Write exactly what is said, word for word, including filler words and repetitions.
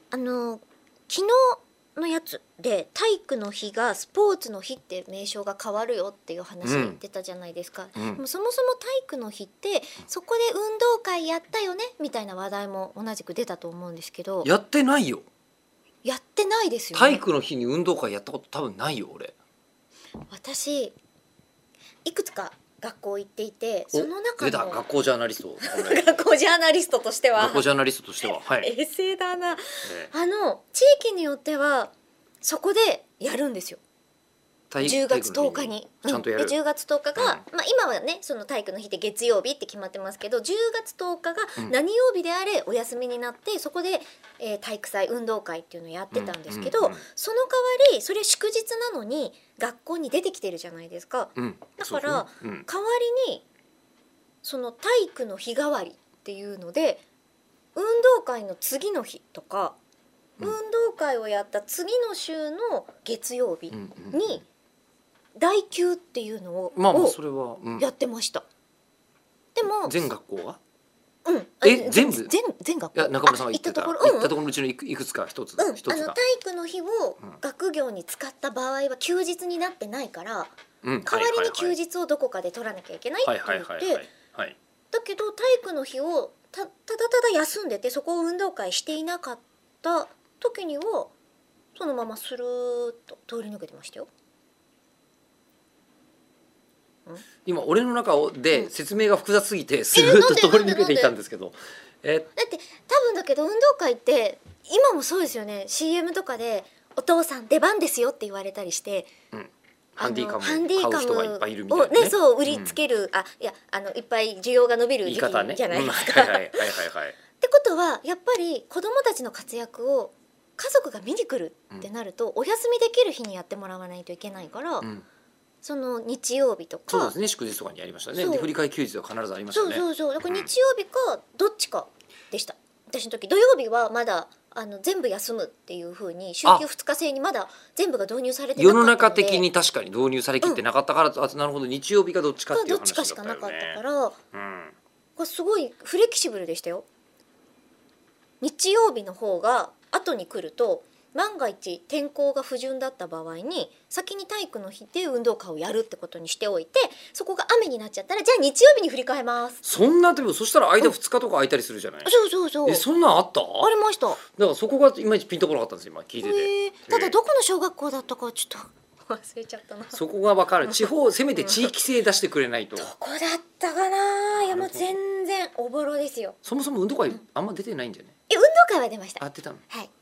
あの昨日のやつで体育の日がスポーツの日って名称が変わるよっていう話出たじゃないですか、 うん、 でもそもそも体育の日ってそこで運動会やったよねみたいな話題も同じく出たと思うんですけど、 やってないよ。 やってないですよね。 体育の日に運動会やったこと多分ないよ俺。 私いくつか学校行っていて、その中出たの学校ジャーナリスト学校ジャーナリストとしては学校ジャーナリストとしてははい衛星だな、 えあの地域によってはそこでやるんですよ。 体じゅうがつとおかにちゃんとやる、 うん、でじゅうがつとおかが、 うんまあ、今はねその体育の日って月曜日って決まってますけど、じゅうがつとおかがうん何曜日であれお休みになって、そこで、えー体育祭運動会っていうのをやってたんですけど、 うんうんうん、 その代わりそれ祝日なのに学校に出てきてるじゃないですか、 うん、 だからそうそううん代わりにその体育の日替わりっていうので運動会の次の日とか、 うん運動会をやった次の週の月曜日うんうんうんに代休っていうのを、 まあまあをそれは、うん、 やってました。でも全学校がうん、あえ全部全全学校いや中村さんが言ってたあ行ったところ、うん行ったところのうちのいくいくつか一つうん、 一つがあの体育の日を学業に使った場合は休日になってないから、 うん代わりに休日をどこかで取らなきゃいけないってはい言っはいはいはいて、 はいだけど体育の日をたただただ休んでてそこを運動会していなかった時にはそのままスルーっと通り抜けてましたよ。 今俺の中でうん説明が複雑すぎてスルーッと通り抜けていたんですけど、えだって多分だけど運動会って今もそうですよね。 シーエム とかでお父さん出番ですよって言われたりして、 うんハンディカムあのハンディを買カムう人がいっぱいいるみたいなをねそう売りつける、あいやあのいっぱい需要が伸びる言い時期方ねじゃないですか。 うんはいはいはいはいはいってことはやっぱり子どもたちの活躍を家族が見に来るってなると、お休みできる日にやってもらわないといけないから、 うんその日曜日とかそうですね祝日とかにやりましたね。 そうで振り替え休日は必ずありましたそうね。 そうそうだから日曜日かどっちかでした、私の時。土曜日はまだあの全部休むっていう風に週休ふつか制にまだ全部が導入されてな世かったので、 の中的に確かに導入されきってなかったから、あなるほど日曜日かどっちかっていうどっ話ちかしかだったよね。 なかったから、こうんれすごいフレキシブルでしたよ。日曜日の方が後に来ると万が一天候が不順だった場合に先に体育の日で運動会をやるってことにしておいて、そこが雨になっちゃったらじゃあ日曜日に振り替えます。 そんなでもそしたら間ふつかとか空いたりするじゃない。 そうそうそうえそんなんあった？ ありました。 だからそこがいまいちピンとこなかったんですよ今聞いてて。 へえただどこの小学校だったかちょっと忘れちゃったな。 そこが分かる。地方せめて地域性出してくれないと。 どこだったかな。いやもう全然おぼろですよ。 そもそも運動会あんま出てないんじゃない？ え運動会は出ました。 あ出たの。 はい。